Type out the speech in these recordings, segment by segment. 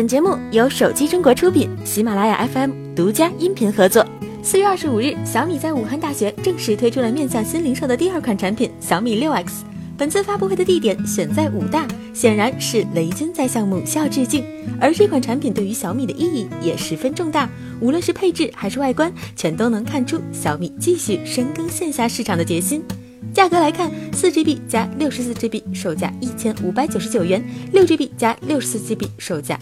本节目由手机中国出品，喜马拉雅 FM 独家音频合作。4月25日，小米在武汉大学正式推出了面向新零售的第二款产品小米 6X。本次发布会的地点选在武大，显然是雷军在向母校致敬。而这款产品对于小米的意义也十分重大，无论是配置还是外观，全都能看出小米继续深耕线下市场的决心。价格来看，4GB 加 64GB 售价1599元，6GB 加 64GB 售价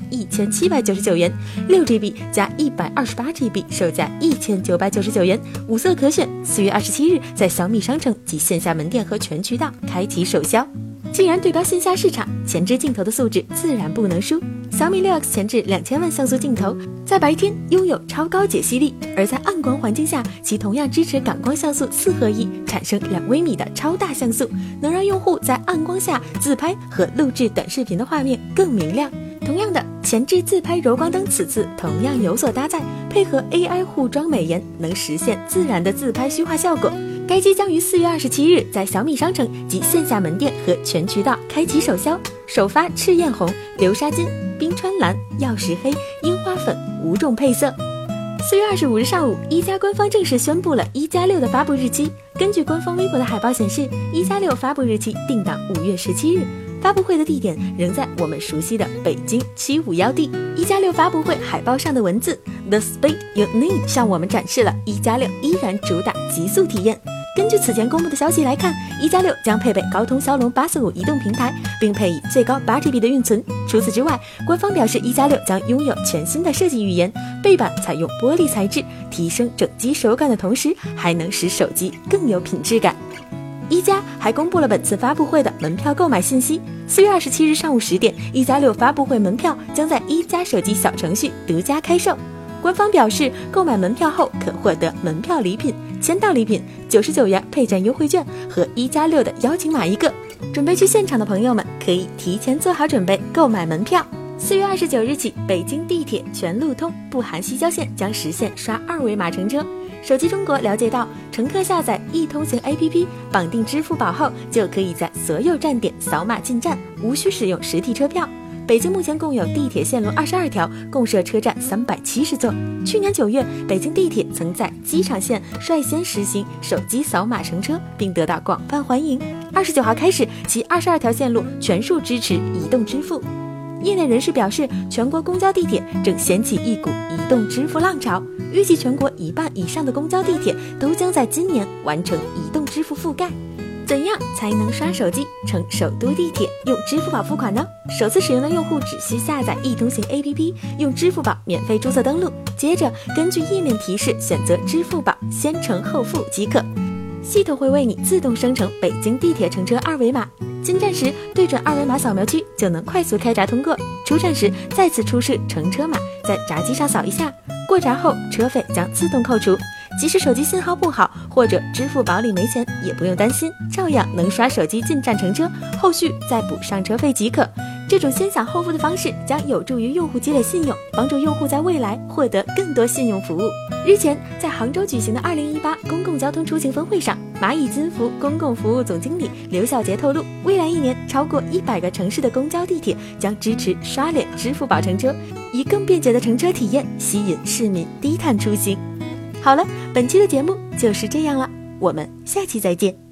1799元，6GB 加 128GB 售价1999元，五色可选。4月27日在小米商城及线下门店和全渠道开启首销。既然对标线下市场，前置镜头的素质自然不能输。小米 6X 前置2000万像素镜头，在白天拥有超高解析力，而在暗光环境下，其同样支持感光像素4合一，产生2微米的超大像素，能让用户在暗光下自拍和录制短视频的画面更明亮。同样的，前置自拍柔光灯此次同样有所搭载，配合 AI 护妆美颜，能实现自然的自拍虚化效果。该机将于4月27日在小米商城及线下门店和全渠道开启首销，首发赤焰红、流沙金、冰川蓝、曜石黑、樱花粉5种配色。4月25日上午，一加官方正式宣布了一加6的发布日期。根据官方微博的海报显示，一加6发布日期定档5月17日，发布会的地点仍在我们熟悉的北京751D。一加6发布会海报上的文字 The Speed You Need 向我们展示了一加6依然主打极速体验。根据此前公布的消息来看，一加6将配备高通骁龙845移动平台，并配以最高8GB 的运存。除此之外，官方表示一加6将拥有全新的设计语言，背板采用玻璃材质，提升整机手感的同时，还能使手机更有品质感。一加还公布了本次发布会的门票购买信息。4月27日上午10点，一加6发布会门票将在一加手机小程序独家开售。官方表示，购买门票后可获得门票礼品、签到礼品、99元配件优惠券和一加6的邀请码1个。准备去现场的朋友们可以提前做好准备购买门票。4月29日起，北京地铁全路通，不含西郊线将实现刷2维码乘车。手机中国了解到，乘客下载易通行 APP， 绑定支付宝后，就可以在所有站点扫码进站，无需使用实体车票。北京目前共有地铁线路22条，共设车站370座。去年9月，北京地铁曾在机场线率先实行手机扫码乘车，并得到广泛欢迎。29号开始，其22条线路全数支持移动支付。业内人士表示，全国公交地铁正掀起一股移动支付浪潮，预计全国1半以上的公交地铁都将在今年完成移动支付覆盖。怎样才能刷手机乘首都地铁用支付宝付款呢？首次使用的用户只需下载易通行 APP， 用支付宝免费注册登录，接着根据页面提示选择支付宝先乘后付即可。系统会为你自动生成北京地铁乘车2维码，进站时对准2维码扫描区就能快速开闸通过，出站时再次出示乘车码，在闸机上扫一下，过闸后车费将自动扣除。即使手机信号不好或者支付宝里没钱也不用担心，照样能刷手机进站乘车，后续再补上车费即可。这种先享后付的方式将有助于用户积累信用，帮助用户在未来获得更多信用服务。日前在杭州举行的2018公共交通出行峰会上，蚂蚁金服公共服务总经理刘小杰透露，未来1年超过100个城市的公交地铁将支持刷脸支付宝乘车，以更便捷的乘车体验吸引市民低碳出行。好了，本期的节目就是这样了，我们下期再见。